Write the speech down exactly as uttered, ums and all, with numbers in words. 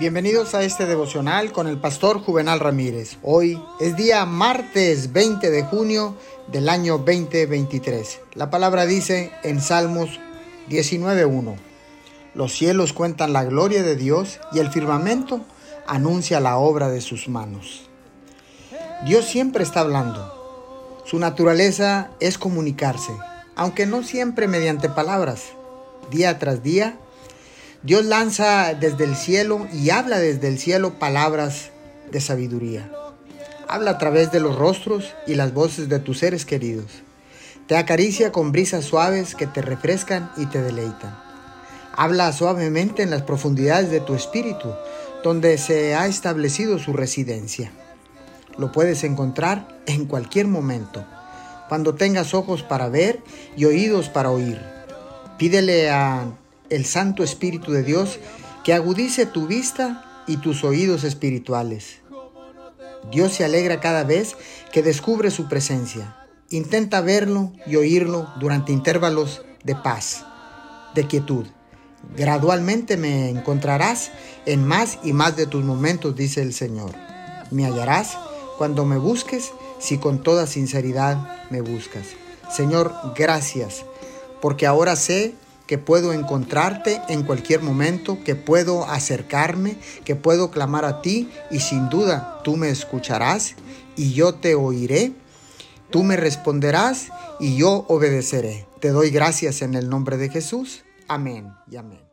Bienvenidos a este devocional con el pastor Juvenal Ramírez. Hoy es día martes veinte de junio del año veinte veintitrés. La palabra dice en Salmos diecinueve uno: los cielos cuentan la gloria de Dios y el firmamento anuncia la obra de sus manos. Dios siempre está hablando. Su naturaleza es comunicarse, aunque no siempre mediante palabras. Día tras día, Dios lanza desde el cielo y habla desde el cielo palabras de sabiduría. Habla a través de los rostros y las voces de tus seres queridos. Te acaricia con brisas suaves que te refrescan y te deleitan. Habla suavemente en las profundidades de tu espíritu, donde se ha establecido su residencia. Lo puedes encontrar en cualquier momento, cuando tengas ojos para ver y oídos para oír. Pídele a el Santo Espíritu de Dios que agudice tu vista y tus oídos espirituales. Dios se alegra cada vez que descubre su presencia. Intenta verlo y oírlo durante intervalos de paz, de quietud. Gradualmente me encontrarás en más y más de tus momentos, dice el Señor. Me hallarás cuando me busques, si con toda sinceridad me buscas. Señor, gracias, porque ahora sé que puedo encontrarte en cualquier momento, que puedo acercarme, que puedo clamar a ti y sin duda tú me escucharás y yo te oiré. Tú me responderás y yo obedeceré. Te doy gracias en el nombre de Jesús. Amén y amén.